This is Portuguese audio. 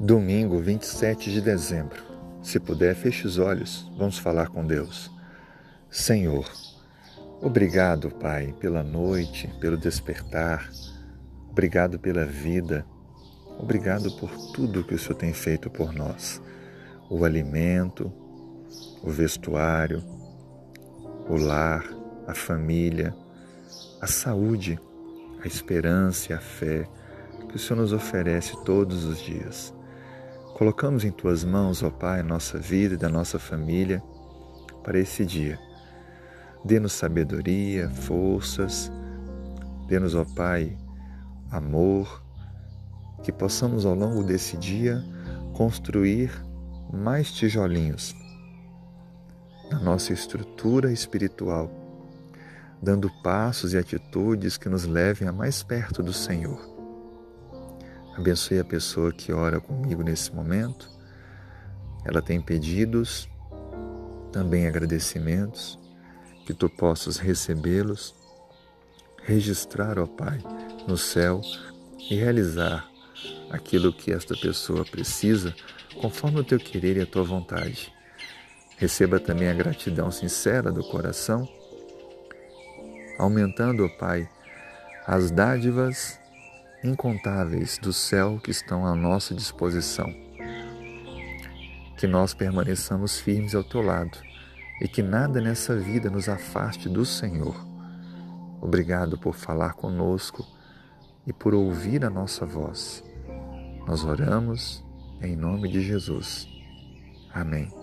Domingo, 27 de dezembro. Se puder, feche os olhos. Vamos falar com Deus. Senhor, obrigado, Pai, pela noite, pelo despertar. Obrigado pela vida. Obrigado por tudo que o Senhor tem feito por nós. O alimento, o vestuário, o lar, a família, a saúde, a esperança e a fé que o Senhor nos oferece todos os dias. Colocamos em Tuas mãos, ó Pai, a nossa vida e da nossa família para esse dia. Dê-nos sabedoria, forças, dê-nos, ó Pai, amor, que possamos ao longo desse dia construir mais tijolinhos na nossa estrutura espiritual, dando passos e atitudes que nos levem a mais perto do Senhor. Abençoe a pessoa que ora comigo nesse momento. Ela tem pedidos, também agradecimentos, que Tu possas recebê-los, registrar, ó Pai, no céu e realizar aquilo que esta pessoa precisa, conforme o Teu querer e a Tua vontade. Receba também a gratidão sincera do coração, aumentando, ó Pai, as dádivas incontáveis do céu que estão à nossa disposição. Que nós permaneçamos firmes ao Teu lado e que nada nessa vida nos afaste do Senhor. Obrigado por falar conosco e por ouvir a nossa voz. Nós oramos em nome de Jesus. Amém.